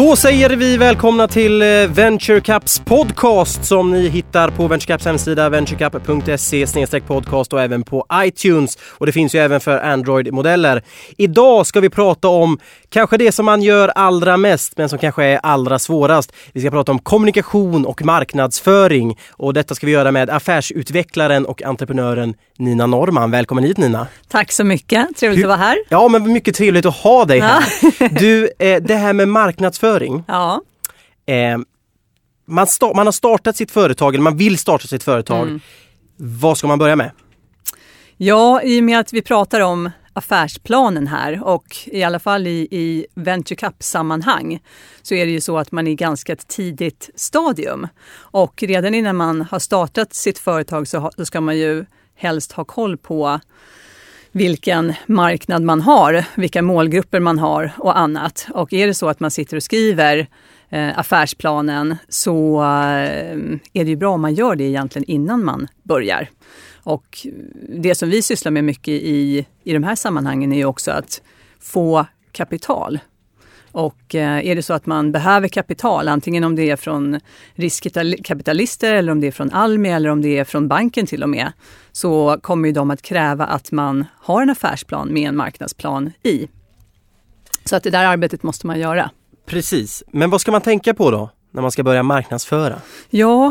Då säger vi välkomna till Venture Caps podcast som ni hittar på Venture Caps hemsida venturecup.se/podcast och även på iTunes. Och det finns ju även för Android-modeller. Idag ska vi prata om kanske det som man gör allra mest men som kanske är allra svårast. Vi ska prata om kommunikation och marknadsföring. Och detta ska vi göra med affärsutvecklaren och entreprenören Nina Norman. Välkommen hit, Nina. Tack så mycket. Trevligt att vara här. Ja, men mycket trevligt att ha dig här. Du, det här med marknadsföring. Ja. Man har startat sitt företag, eller man vill starta sitt företag. Vad ska man börja med? Ja, i och med att vi pratar om affärsplanen här och i alla fall i Venture Cup-sammanhang så är det ju så att man är i ganska ett tidigt stadium. Och redan innan man har startat sitt företag så ska man ju helst ha koll på vilken marknad man har, vilka målgrupper man har och annat. Och är det så att man sitter och skriver affärsplanen så är det ju bra om man gör det egentligen innan man börjar. Och det som vi sysslar med mycket i de här sammanhangen är ju också att få kapital. Och är det så att man behöver kapital, antingen om det är från riskkapitalister eller om det är från Almi eller om det är från banken till och med, så kommer ju de att kräva att man har en affärsplan med en marknadsplan i. Så att det där arbetet måste man göra. Precis. Men vad ska man tänka på då när man ska börja marknadsföra? Ja,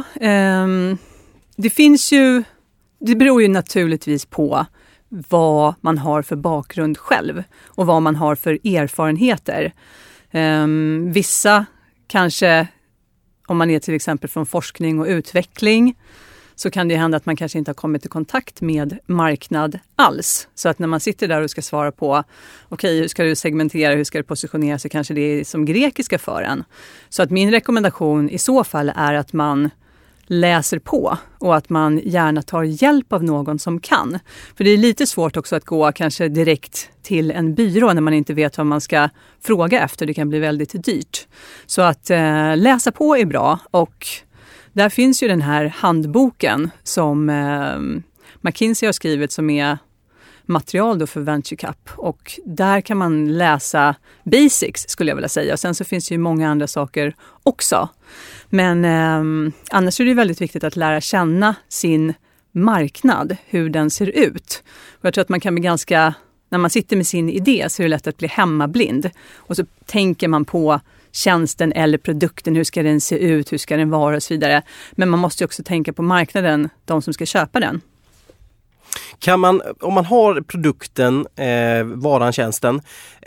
det beror ju naturligtvis på vad man har för bakgrund själv och vad man har för erfarenheter. Vissa kanske, om man är till exempel från forskning och utveckling, så kan det hända att man kanske inte har kommit i kontakt med marknad alls. Så att när man sitter där och ska svara på okej, hur ska du segmentera, hur ska du positionera, så kanske det är som grekiska för en. Så att min rekommendation i så fall är att man läser på och att man gärna tar hjälp av någon som kan. För det är lite svårt också att gå kanske direkt till en byrå när man inte vet vad man ska fråga efter. Det kan bli väldigt dyrt. Så att läsa på är bra, och där finns ju den här handboken som McKinsey har skrivit som är material då för Venture Cup, och där kan man läsa basics skulle jag vilja säga, och sen så finns det ju många andra saker också. Men annars är det väldigt viktigt att lära känna sin marknad, hur den ser ut. Och jag tror att man kan bli ganska, när man sitter med sin idé så är det lätt att bli hemmablind, och så tänker man på tjänsten eller produkten, hur ska den se ut, hur ska den vara och så vidare. Men man måste ju också tänka på marknaden, de som ska köpa den. Kan man, om man har produkten, varan, tjänsten,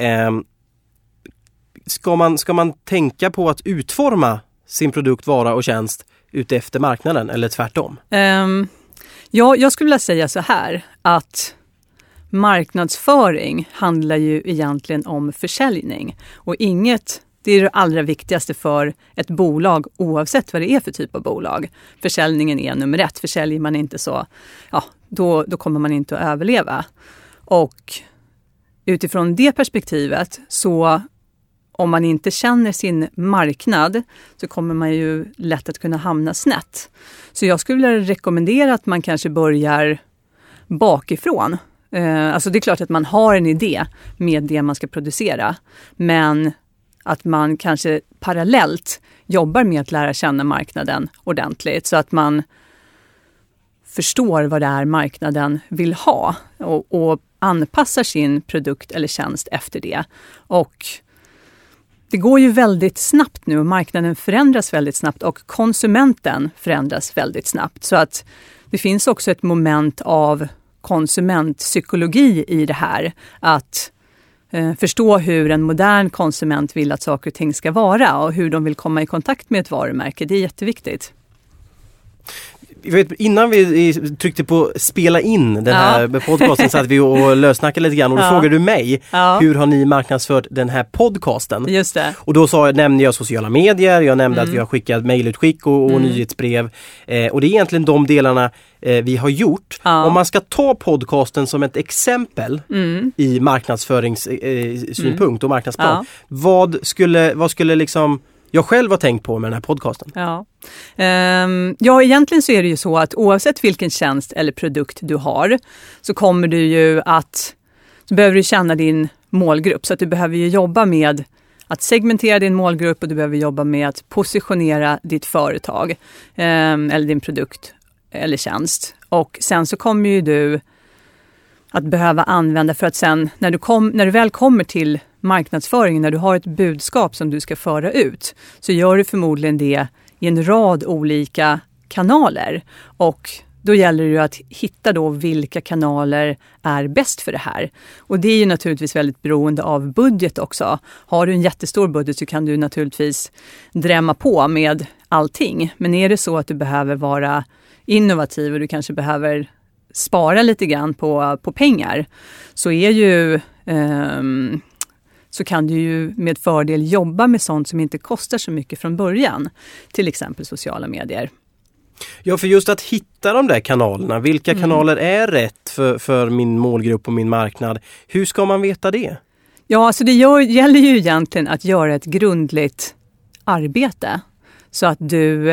ska man tänka på att utforma sin produkt, vara och tjänst ut efter marknaden eller tvärtom? Ja, jag skulle vilja säga så här att marknadsföring handlar ju egentligen om försäljning, och det är det allra viktigaste för ett bolag oavsett vad det är för typ av bolag. Försäljningen är nummer 1. Försäljer man inte så, ja, då kommer man inte att överleva. Och utifrån det perspektivet, så om man inte känner sin marknad så kommer man ju lätt att kunna hamna snett. Så jag skulle vilja rekommendera att man kanske börjar bakifrån. Alltså det är klart att man har en idé med det man ska producera, men att man kanske parallellt jobbar med att lära känna marknaden ordentligt, så att man förstår vad det är marknaden vill ha och anpassar sin produkt eller tjänst efter det. Och det går ju väldigt snabbt nu, och marknaden förändras väldigt snabbt och konsumenten förändras väldigt snabbt. Så att det finns också ett moment av konsumentpsykologi i det här, att förstå hur en modern konsument vill att saker och ting ska vara och hur de vill komma i kontakt med ett varumärke. Det är jätteviktigt. Innan vi tryckte på spela in den här podcasten så att vi och lösnackade lite grann, och då frågade du mig hur har ni marknadsfört den här podcasten? Just det. Och då nämnde jag sociala medier, jag nämnde att vi har skickat mejlutskick och nyhetsbrev, och det är egentligen de delarna vi har gjort. Om man ska ta podcasten som ett exempel i marknadsföringssynpunkt och marknadsplan, vad skulle liksom jag själv har tänkt på med den här podcasten? Ja, egentligen så är det ju så att oavsett vilken tjänst eller produkt du har, så behöver du känna din målgrupp. Så att du behöver ju jobba med att segmentera din målgrupp och du behöver jobba med att positionera ditt företag eller din produkt eller tjänst. Och sen så kommer ju du att behöva använda för att sen när du väl kommer till marknadsföringen, när du har ett budskap som du ska föra ut, så gör du förmodligen det i en rad olika kanaler. Och då gäller det ju att hitta då vilka kanaler är bäst för det här. Och det är ju naturligtvis väldigt beroende av budget också. Har du en jättestor budget så kan du naturligtvis drämma på med allting. Men är det så att du behöver vara innovativ och du kanske behöver spara lite grann på pengar, så är ju så kan du ju med fördel jobba med sånt som inte kostar så mycket från början. Till exempel sociala medier. Ja, för just att hitta de där kanalerna. Vilka kanaler är rätt för min målgrupp och min marknad? Hur ska man veta det? Ja, alltså det gäller ju egentligen att göra ett grundligt arbete. Så att du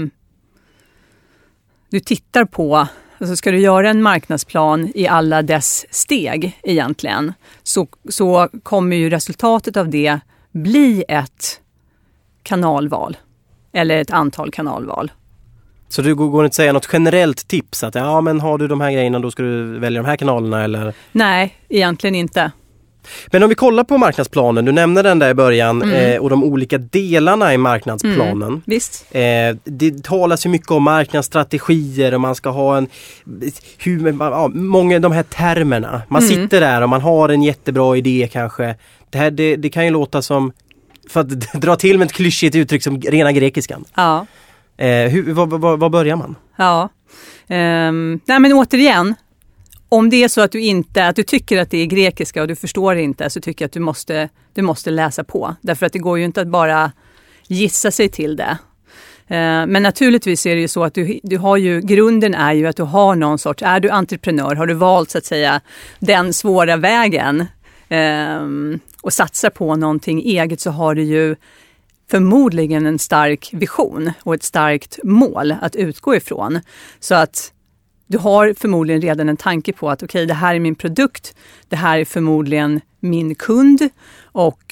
tittar på, alltså ska du göra en marknadsplan i alla dess steg egentligen, så kommer ju resultatet av det bli ett kanalval. Eller ett antal kanalval. Så du går inte att säga något generellt tips att men har du de här grejerna då ska du välja de här kanalerna eller? Nej, egentligen inte. Men om vi kollar på marknadsplanen, du nämnde den där i början och de olika delarna i marknadsplanen. Visst. Det talas ju mycket om marknadsstrategier och man ska ha många av de här termerna. Man sitter där och man har en jättebra idé kanske. Det kan ju låta som, för att dra till med ett klyschigt uttryck, som rena grekiskan. Ja. Var börjar man? Ja, nej men återigen, om det är så att du tycker att det är grekiska och du förstår det inte, så tycker jag att du måste läsa på. Därför att det går ju inte att bara gissa sig till det. Men naturligtvis är det ju så att du har ju, grunden är ju att du har någon sorts, är du entreprenör, har du valt så att säga den svåra vägen och satsar på någonting eget, så har du ju förmodligen en stark vision och ett starkt mål att utgå ifrån. Så att du har förmodligen redan en tanke på att okej, det här är min produkt, det här är förmodligen min kund, och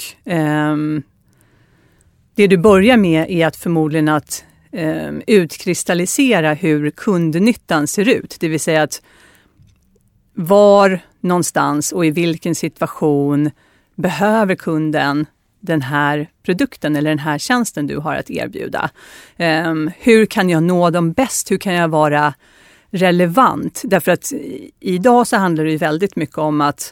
det du börjar med är att förmodligen att utkristallisera hur kundnyttan ser ut. Det vill säga att var någonstans och i vilken situation behöver kunden den här produkten eller den här tjänsten du har att erbjuda. Hur kan jag nå dem bäst? Hur kan jag vara relevant? Därför att idag så handlar det ju väldigt mycket om att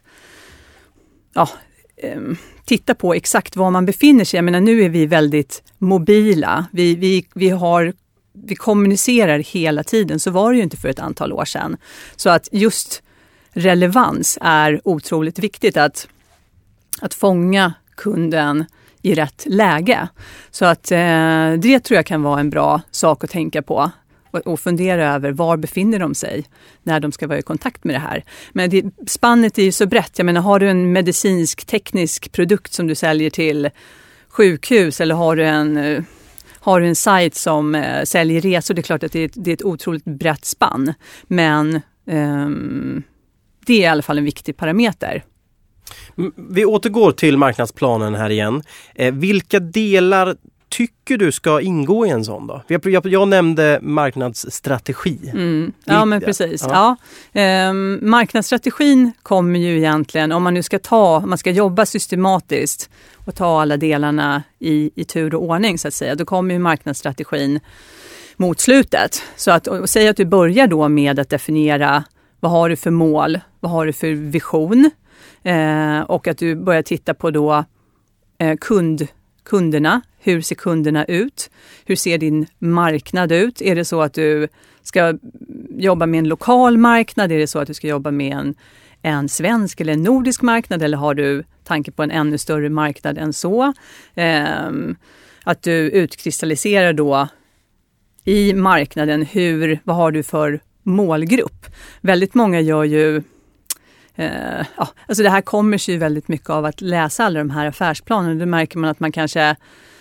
titta på exakt var man befinner sig. Jag menar, nu är vi väldigt mobila. Vi kommunicerar hela tiden. Så var det ju inte för ett antal år sedan. Så att just relevans är otroligt viktigt, att fånga kunden i rätt läge. Så att det tror jag kan vara en bra sak att tänka på och fundera över var befinner de sig när de ska vara i kontakt med det här. Men spannet är ju så brett. Jag menar, har du en medicinsk teknisk produkt som du säljer till sjukhus, eller har du en sajt som säljer resor, det är klart att det är ett otroligt brett spann. Men det är i alla fall en viktig parameter. Vi återgår till marknadsplanen här igen. Vilka delar tycker du ska ingå i en sån då? Jag nämnde marknadsstrategi. Ja, men precis. Ja. Marknadsstrategin kommer ju egentligen, om man nu man ska jobba systematiskt och ta alla delarna i tur och ordning så att säga, då kommer ju marknadsstrategin mot slutet. Så att säga att du börjar då med att definiera vad har du för mål, vad har du för vision, och att du börjar titta på då kunderna. Hur ser kunderna ut? Hur ser din marknad ut? Är det så att du ska jobba med en lokal marknad? Är det så att du ska jobba med en svensk eller en nordisk marknad? Eller har du tanke på en ännu större marknad än så? Att du utkristalliserar då i marknaden vad har du för målgrupp? Väldigt många gör ju alltså det här kommer sig ju väldigt mycket av att läsa alla de här affärsplanerna. Då märker man att man kanske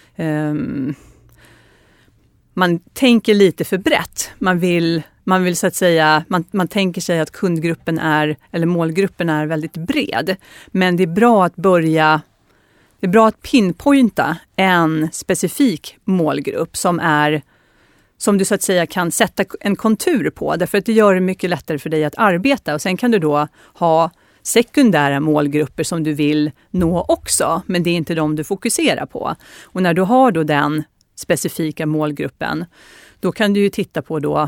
man tänker lite för brett. Man vill så att säga, man tänker sig att kundgruppen eller målgruppen är väldigt bred. Men det är bra att börja det är bra att pinpointa en specifik målgrupp som du så att säga kan sätta en kontur på. Därför att det gör det mycket lättare för dig att arbeta. Och sen kan du då ha sekundära målgrupper som du vill nå också. Men det är inte de du fokuserar på. Och när du har då den specifika målgruppen, då kan du ju titta på då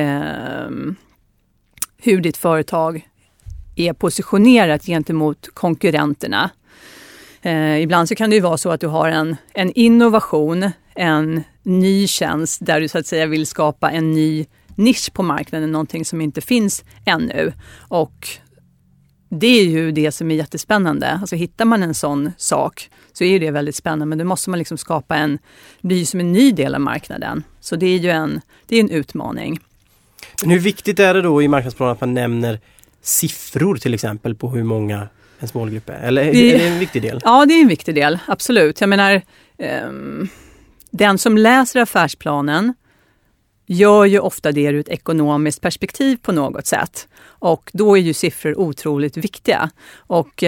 hur ditt företag är positionerat gentemot konkurrenterna. Ibland så kan det ju vara så att du har en innovation, en ny tjänst där du så att säga vill skapa en ny nisch på marknaden, någonting som inte finns ännu. Och det är ju det som är jättespännande. Alltså hittar man en sån sak så är det väldigt spännande, men då måste man liksom skapa bli som en ny del av marknaden. Så det är ju en utmaning. Men hur viktigt är det då i marknadsplanen att man nämner siffror till exempel på hur många en målgrupp är? Eller är det en viktig del? Ja, det är en viktig del, absolut. Jag menar, den som läser affärsplanen gör ju ofta det ur ett ekonomiskt perspektiv på något sätt. Och då är ju siffror otroligt viktiga. Och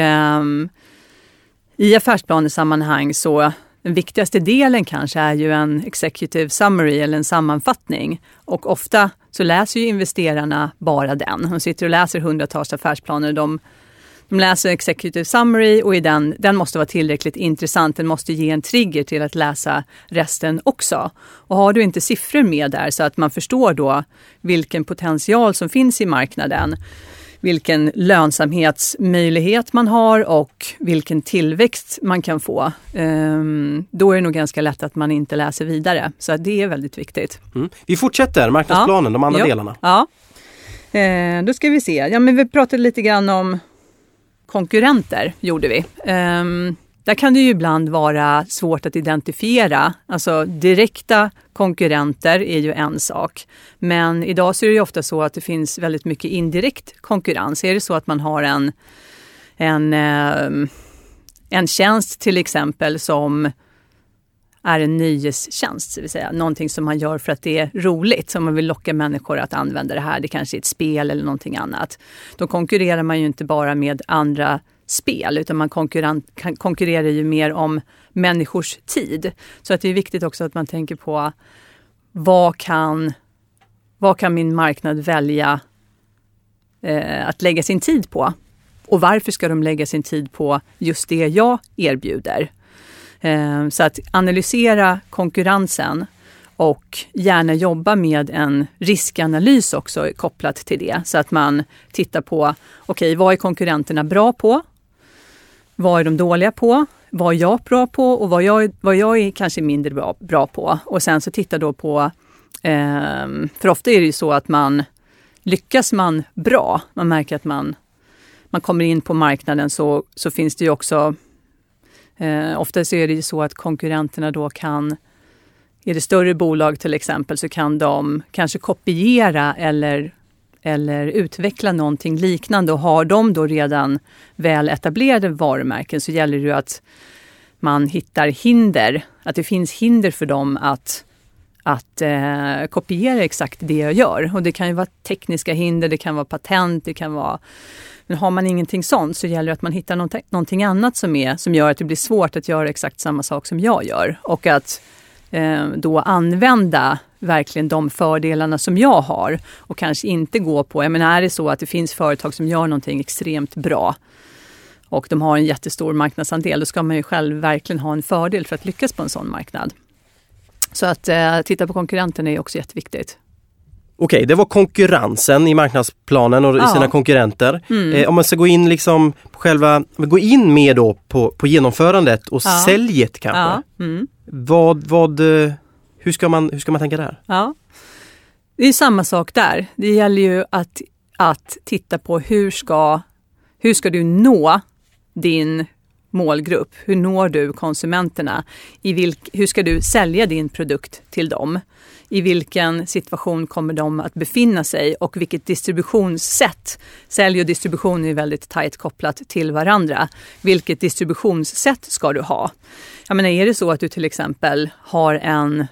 i affärsplanesammanhang så den viktigaste delen kanske är ju en executive summary eller en sammanfattning. Och ofta så läser ju investerarna bara den. De sitter och läser hundratals affärsplaner. De läser executive summary och den måste vara tillräckligt intressant. Den måste ge en trigger till att läsa resten också. Och har du inte siffror med där så att man förstår då vilken potential som finns i marknaden, vilken lönsamhetsmöjlighet man har och vilken tillväxt man kan få, då är det nog ganska lätt att man inte läser vidare. Så det är väldigt viktigt. Vi fortsätter marknadsplanen, de andra delarna. Ja, då ska vi se. Ja, men vi pratade lite grann om konkurrenter, gjorde vi. Där kan det ju ibland vara svårt att identifiera. Alltså direkta konkurrenter är ju en sak. Men idag så är det ju ofta så att det finns väldigt mycket indirekt konkurrens. Är det så att man har en tjänst till exempel som är en nöjestjänst, det vill säga någonting som man gör för att det är roligt, som man vill locka människor att använda det här, det kanske är ett spel eller någonting annat. Då konkurrerar man ju inte bara med andra spel, utan man konkurrerar ju mer om människors tid. Så att det är viktigt också att man tänker på vad kan min marknad välja att lägga sin tid på? Och varför ska de lägga sin tid på just det jag erbjuder? Så att analysera konkurrensen och gärna jobba med en riskanalys också kopplat till det. Så att man tittar på, okej, vad är konkurrenterna bra på? Vad är de dåliga på? Vad är jag bra på? Och vad jag är kanske mindre bra på? Och sen så titta då på, för ofta är det ju så att lyckas man bra, man märker att man kommer in på marknaden så finns det ju också, ofta så är det ju så att konkurrenterna då är det större bolag till exempel, så kan de kanske kopiera eller utveckla någonting liknande, och har de då redan väl etablerade varumärken så gäller det ju att man hittar hinder, att det finns hinder för dem att kopiera exakt det jag gör. Och det kan ju vara tekniska hinder, det kan vara patent, det kan vara... Men har man ingenting sånt så gäller det att man hittar någonting annat som gör att det blir svårt att göra exakt samma sak som jag gör. Och att då använda verkligen de fördelarna som jag har och kanske inte gå på, jag menar, är det så att det finns företag som gör någonting extremt bra och de har en jättestor marknadsandel, då ska man ju själv verkligen ha en fördel för att lyckas på en sån marknad. Så att titta på konkurrenterna är också jätteviktigt. Okej, det var konkurrensen i marknadsplanen och sina konkurrenter. Om man ska gå in liksom på gå in med då på genomförandet och säljet kanske. Hur ska man tänka där? Ja. Det är samma sak där. Det gäller ju att titta på hur ska du nå din målgrupp? Hur når du konsumenterna? Hur ska du sälja din produkt till dem? I vilken situation kommer de att befinna sig och vilket distributionssätt? Sälj och distribution är väldigt tajt kopplat till varandra. Vilket distributionssätt ska du ha? Jag menar, är det så att du till exempel har en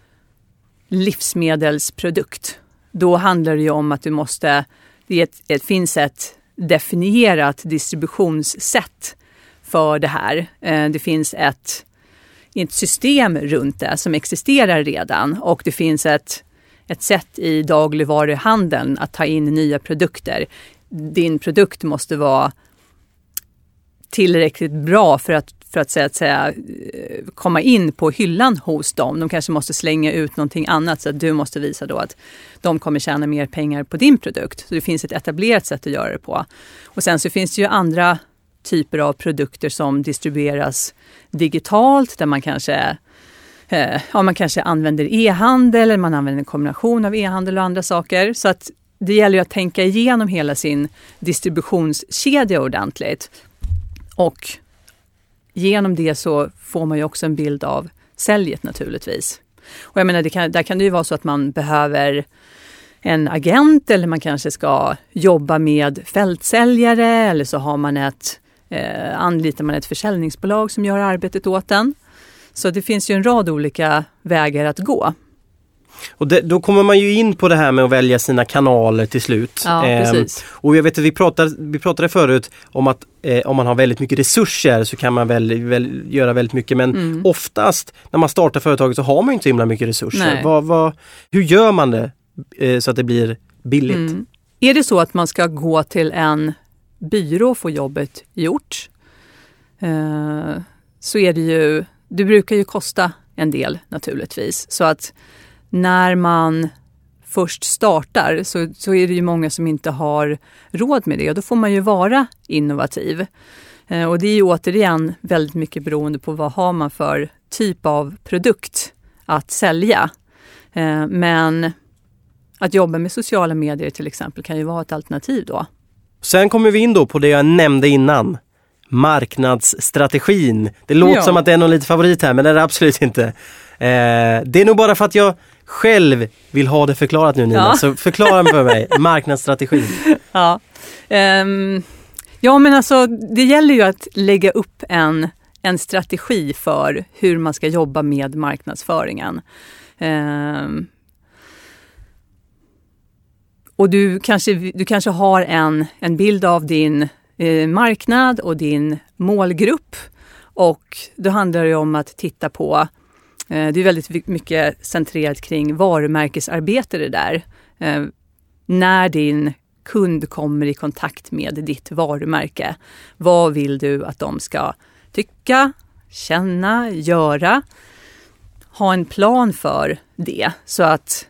livsmedelsprodukt, då handlar det ju om att det finns ett definierat distributionssätt för det här. Det finns ett system runt det som existerar redan, och det finns ett sätt i dagligvaruhandeln att ta in nya produkter. Din produkt måste vara tillräckligt bra för att säga, komma in på hyllan hos dem. De kanske måste slänga ut någonting annat, så att du måste visa då att de kommer tjäna mer pengar på din produkt. Så det finns ett etablerat sätt att göra det på. Och sen så finns det ju andra typer av produkter som distribueras digitalt, där man kanske använder e-handel, eller man använder en kombination av e-handel och andra saker. Så att det gäller ju att tänka igenom hela sin distributionskedja ordentligt. Och genom det så får man ju också en bild av säljet naturligtvis. Och jag menar, där kan det ju vara så att man behöver en agent, eller man kanske ska jobba med fältsäljare, eller så har man anlitar man ett försäljningsbolag som gör arbetet åt en. Så det finns ju en rad olika vägar att gå. Och då kommer man ju in på det här med att välja sina kanaler till slut. Ja, precis. Och jag vet att vi pratade förut om att om man har väldigt mycket resurser så kan man väl göra väldigt mycket. Men oftast när man startar företaget så har man inte så himla mycket resurser. Hur gör man det så att det blir billigt? Är det så att man ska gå till en byrå och få jobbet gjort, så är det brukar ju kosta en del naturligtvis. Så att när man först startar så är det ju många som inte har råd med det, och då får man ju vara innovativ. Och det är ju återigen väldigt mycket beroende på vad har man för typ av produkt att sälja. Men att jobba med sociala medier till exempel kan ju vara ett alternativ då. Sen kommer vi in då på det jag nämnde innan. Marknadsstrategin. Det låter som att det är någon lite favorit här, men det är det absolut inte. Det är nog bara för att jag själv vill ha det förklarat nu, Nina. Så förklara för mig, marknadsstrategin. Ja, men alltså det gäller ju att lägga upp en strategi för hur man ska jobba med marknadsföringen. Och du kanske har en bild av din marknad och din målgrupp, och då handlar det om att titta på, det är väldigt mycket centrerat kring varumärkesarbete det där. När din kund kommer i kontakt med ditt varumärke, vad vill du att de ska tycka, känna, göra? Ha en plan för det, så att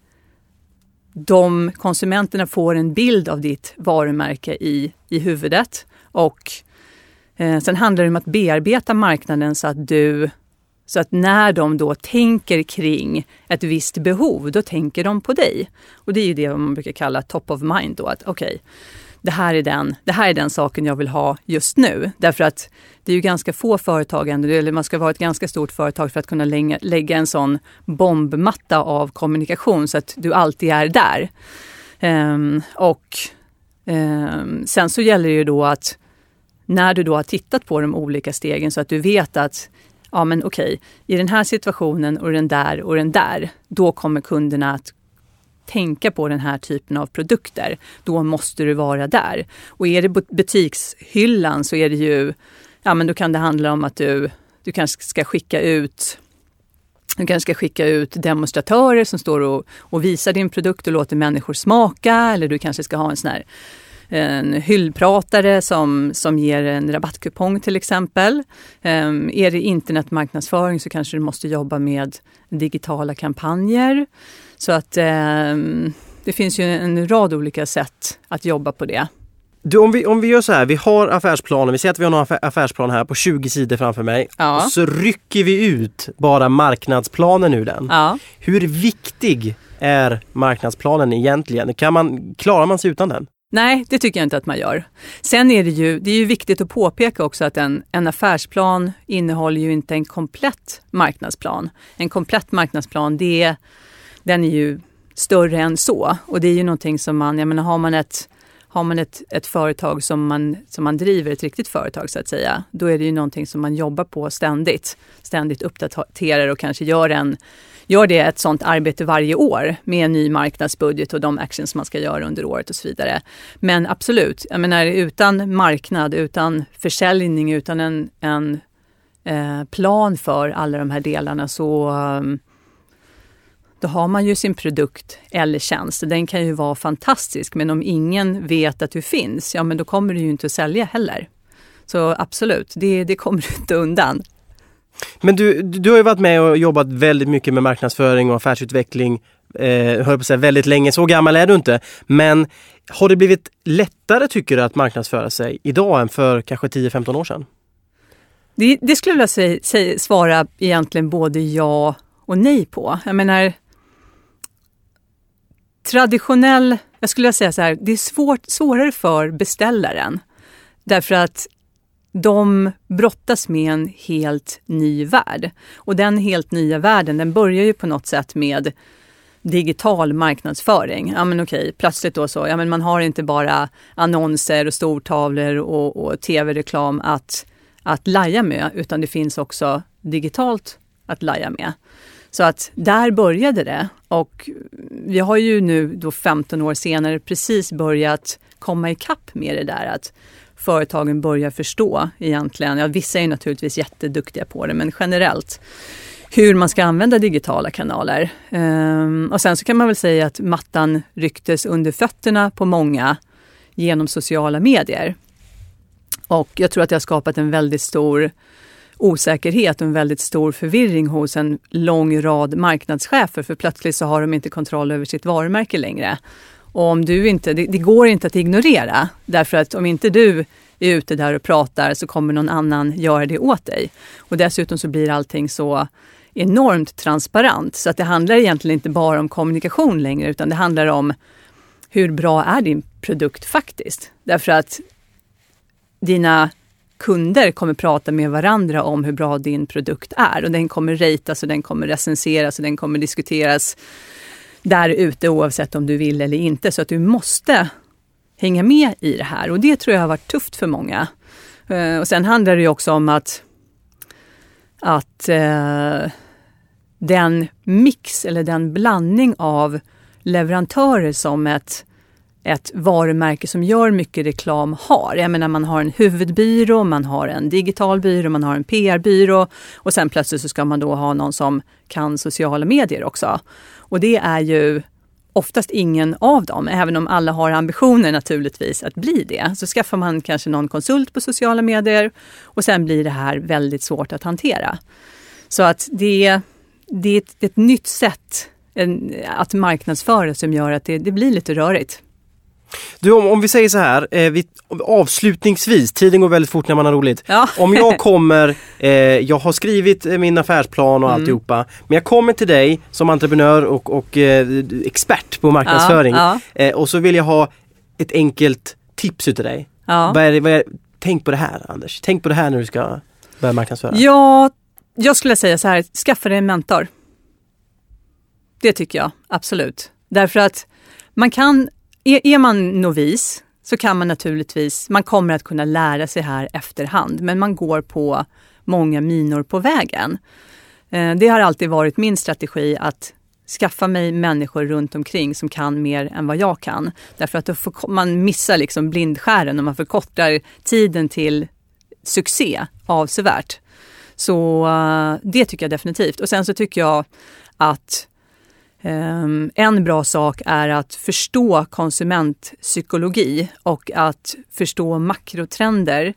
konsumenterna får en bild av ditt varumärke i huvudet. Och sen handlar det om att bearbeta marknaden så att när de då tänker kring ett visst behov, då tänker de på dig. Och det är ju det man brukar kalla top of mind då, att okej, det här är den saken jag vill ha just nu. Därför att det är ju ganska få företag ändå, eller man ska vara ett ganska stort företag för att kunna lägga en sån bombmatta av kommunikation så att du alltid är där. Sen så gäller det ju då att när du då har tittat på de olika stegen så att du vet att i den här situationen och den där, då kommer kunderna att tänka på den här typen av produkter. Då måste du vara där. Och är det butikshyllan så är det ju, då kan det handla om att du kanske ska skicka ut demonstratörer som står och visar din produkt och låter människor smaka, eller du kanske ska ha en hyllpratare som ger en rabattkupong till exempel. Är det internetmarknadsföring så kanske du måste jobba med digitala kampanjer. Så att det finns ju en rad olika sätt att jobba på det. Du, om vi gör så här, vi har affärsplanen, vi säger att vi har någon affärsplan här på 20 sidor framför mig. Ja. Och så rycker vi ut bara marknadsplanen ur den. Ja. Hur viktig är marknadsplanen egentligen? Klarar man sig utan den? Nej, det tycker jag inte att man gör. Sen är det är ju viktigt att påpeka också att en affärsplan innehåller ju inte en komplett marknadsplan. En komplett marknadsplan, den är ju större än så. Och det är ju någonting som har har man ett företag som man driver, ett riktigt företag så att säga, då är det ju någonting som man jobbar på ständigt uppdaterar och kanske gör det ett sånt arbete varje år med en ny marknadsbudget och de actions man ska göra under året och så vidare. Men absolut, jag menar utan marknad, utan försäljning, utan en plan för alla de här delarna så då har man ju sin produkt eller tjänst. Den kan ju vara fantastisk, men om ingen vet att du finns, ja men då kommer du ju inte att sälja heller. Så absolut, det kommer du inte undan. Men du har ju varit med och jobbat väldigt mycket med marknadsföring och affärsutveckling, hör på att säga väldigt länge, så gammal är du inte. Men har det blivit lättare tycker du att marknadsföra sig idag än för kanske 10-15 år sedan? Det skulle jag vilja svara egentligen både ja och nej på. Jag menar, jag skulle säga så här, det är svårare för beställaren. Därför att de brottas med en helt ny värld. Och den helt nya världen, den börjar ju på något sätt med digital marknadsföring. Ja men okej, plötsligt då så, ja men man har inte bara annonser och stortavlor och tv-reklam att laja med, utan det finns också digitalt att laja med. Så att där började det, och vi har ju nu då 15 år senare precis börjat komma ikapp med det där att företagen börjar förstå egentligen, ja vissa är naturligtvis jätteduktiga på det, men generellt hur man ska använda digitala kanaler. Och sen så kan man väl säga att mattan rycktes under fötterna på många genom sociala medier. Och jag tror att det har skapat en väldigt stor osäkerhet och en väldigt stor förvirring hos en lång rad marknadschefer, för plötsligt så har de inte kontroll över sitt varumärke längre. Och om du inte, det går inte att ignorera, därför att om inte du är ute där och pratar så kommer någon annan göra det åt dig. Och dessutom så blir allting så enormt transparent, så att det handlar egentligen inte bara om kommunikation längre, utan det handlar om hur bra är din produkt faktiskt. Därför att dina kunder kommer prata med varandra om hur bra din produkt är, och den kommer ratas och den kommer recenseras och den kommer diskuteras där ute oavsett om du vill eller inte, så att du måste hänga med i det här, och det tror jag har varit tufft för många. Och sen handlar det ju också om att den mix eller den blandning av leverantörer som ett varumärke som gör mycket reklam har. Jag menar, man har en huvudbyrå, man har en digital byrå, man har en PR-byrå, och sen plötsligt så ska man då ha någon som kan sociala medier också. Och det är ju oftast ingen av dem, även om alla har ambitioner naturligtvis att bli det. Så skaffar man kanske någon konsult på sociala medier, och sen blir det här väldigt svårt att hantera. Så att det är ett nytt sätt att marknadsföra som gör att det blir lite rörigt. Du, om vi säger så här, avslutningsvis, tiden går väldigt fort när man har roligt. Ja. Om jag kommer, jag har skrivit min affärsplan och alltihopa, men jag kommer till dig som entreprenör och expert på marknadsföring, och så vill jag ha ett enkelt tips utav dig. Ja. Tänk på det här, Anders. Tänk på det här när du ska börja marknadsföra. Ja, jag skulle säga så här, skaffa dig en mentor. Det tycker jag, absolut. Därför att är man novis så kan man naturligtvis, man kommer att kunna lära sig här efterhand, men man går på många minor på vägen. Det har alltid varit min strategi att skaffa mig människor runt omkring som kan mer än vad jag kan. Därför att då man missar liksom blindskären och man förkortar tiden till succé avsevärt. Så det tycker jag definitivt. Och sen så tycker jag att en bra sak är att förstå konsumentpsykologi och att förstå makrotrender.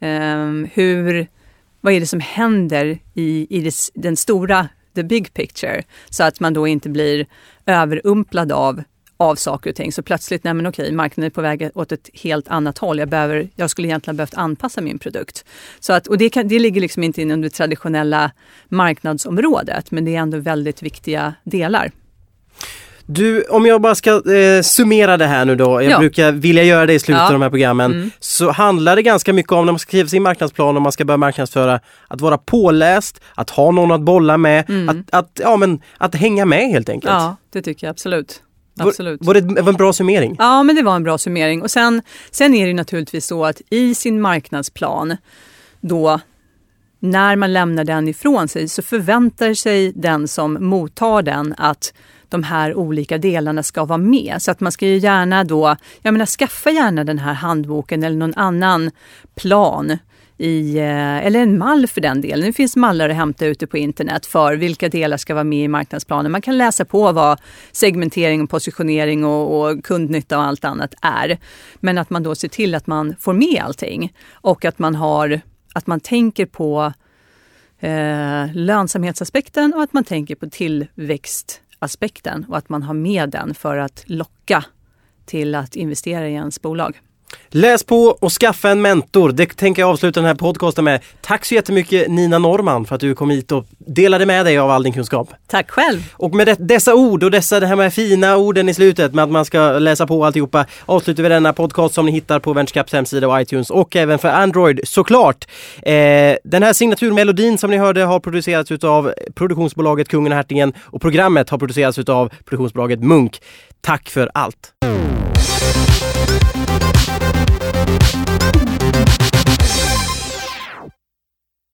Vad är det som händer i den stora, the big picture, så att man då inte blir överumplad av saker och ting. Så plötsligt, marknaden är på väg åt ett helt annat håll. Jag skulle egentligen behövt anpassa min produkt. Så att, och det ligger liksom inte inom det traditionella marknadsområdet, men det är ändå väldigt viktiga delar. Du, om jag bara ska summera det här nu då, jag brukar vilja göra det i slutet av de här programmen, så handlar det ganska mycket om när man ska skriva sin marknadsplan och man ska börja marknadsföra, att vara påläst, att ha någon att bolla med, att hänga med helt enkelt. Ja, det tycker jag absolut. Absolut. Var det en bra summering? Ja, men det var en bra summering. Och sen är det naturligtvis så att i sin marknadsplan då, när man lämnar den ifrån sig, så förväntar sig den som mottar den att de här olika delarna ska vara med. Så att man ska ju gärna då, skaffa gärna den här handboken eller någon annan plan eller en mall för den delen. Det finns mallar att hämta ute på internet för vilka delar ska vara med i marknadsplanen. Man kan läsa på vad segmentering och positionering och kundnytta och allt annat är. Men att man då ser till att man får med allting och att man tänker på lönsamhetsaspekten och att man tänker på tillväxtaspekten och att man har med den för att locka till att investera i ens bolag. Läs på och skaffa en mentor. Det tänker jag avsluta den här podcasten med. Tack så jättemycket Nina Norman för att du kom hit och delade med dig av all din kunskap. Tack själv. Och med dessa ord och det här med fina orden i slutet med att man ska läsa på alltihopa avslutar vi denna podcast som ni hittar på VentureCaps hemsida och iTunes och även för Android såklart. Den här signaturmelodin som ni hörde har producerats utav produktionsbolaget Kungen och Hertigen och programmet har producerats utav produktionsbolaget Munk. Tack för allt.